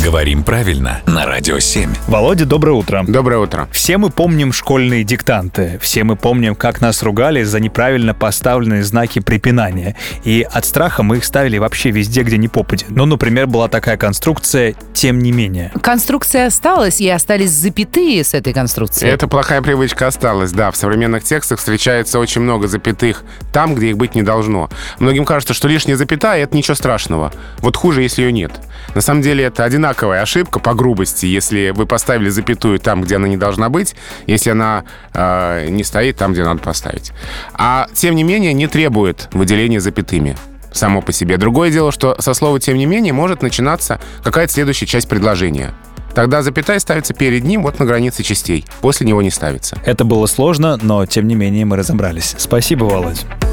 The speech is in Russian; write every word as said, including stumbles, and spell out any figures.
Говорим правильно на Радио семь. Володя, доброе утро. Доброе утро. Все мы помним школьные диктанты. Все мы помним, как нас ругали за неправильно поставленные знаки препинания. И от страха мы их ставили вообще везде, где ни попадя. Ну, например, была такая конструкция «тем не менее». Конструкция осталась, и остались запятые с этой конструкцией. Эта плохая привычка осталась, да. В современных текстах встречается очень много запятых там, где их быть не должно. Многим кажется, что лишняя запятая — это ничего страшного. Вот хуже, если ее нет. На самом деле это одинаковая ошибка по грубости, если вы поставили запятую там, где она не должна быть, если она э, не стоит там, где надо поставить. А тем не менее не требует выделения запятыми само по себе. Другое дело, что со слова «тем не менее» может начинаться какая-то следующая часть предложения. Тогда запятая ставится перед ним, вот на границе частей. После него не ставится. Это было сложно, но тем не менее мы разобрались. Спасибо, Володь.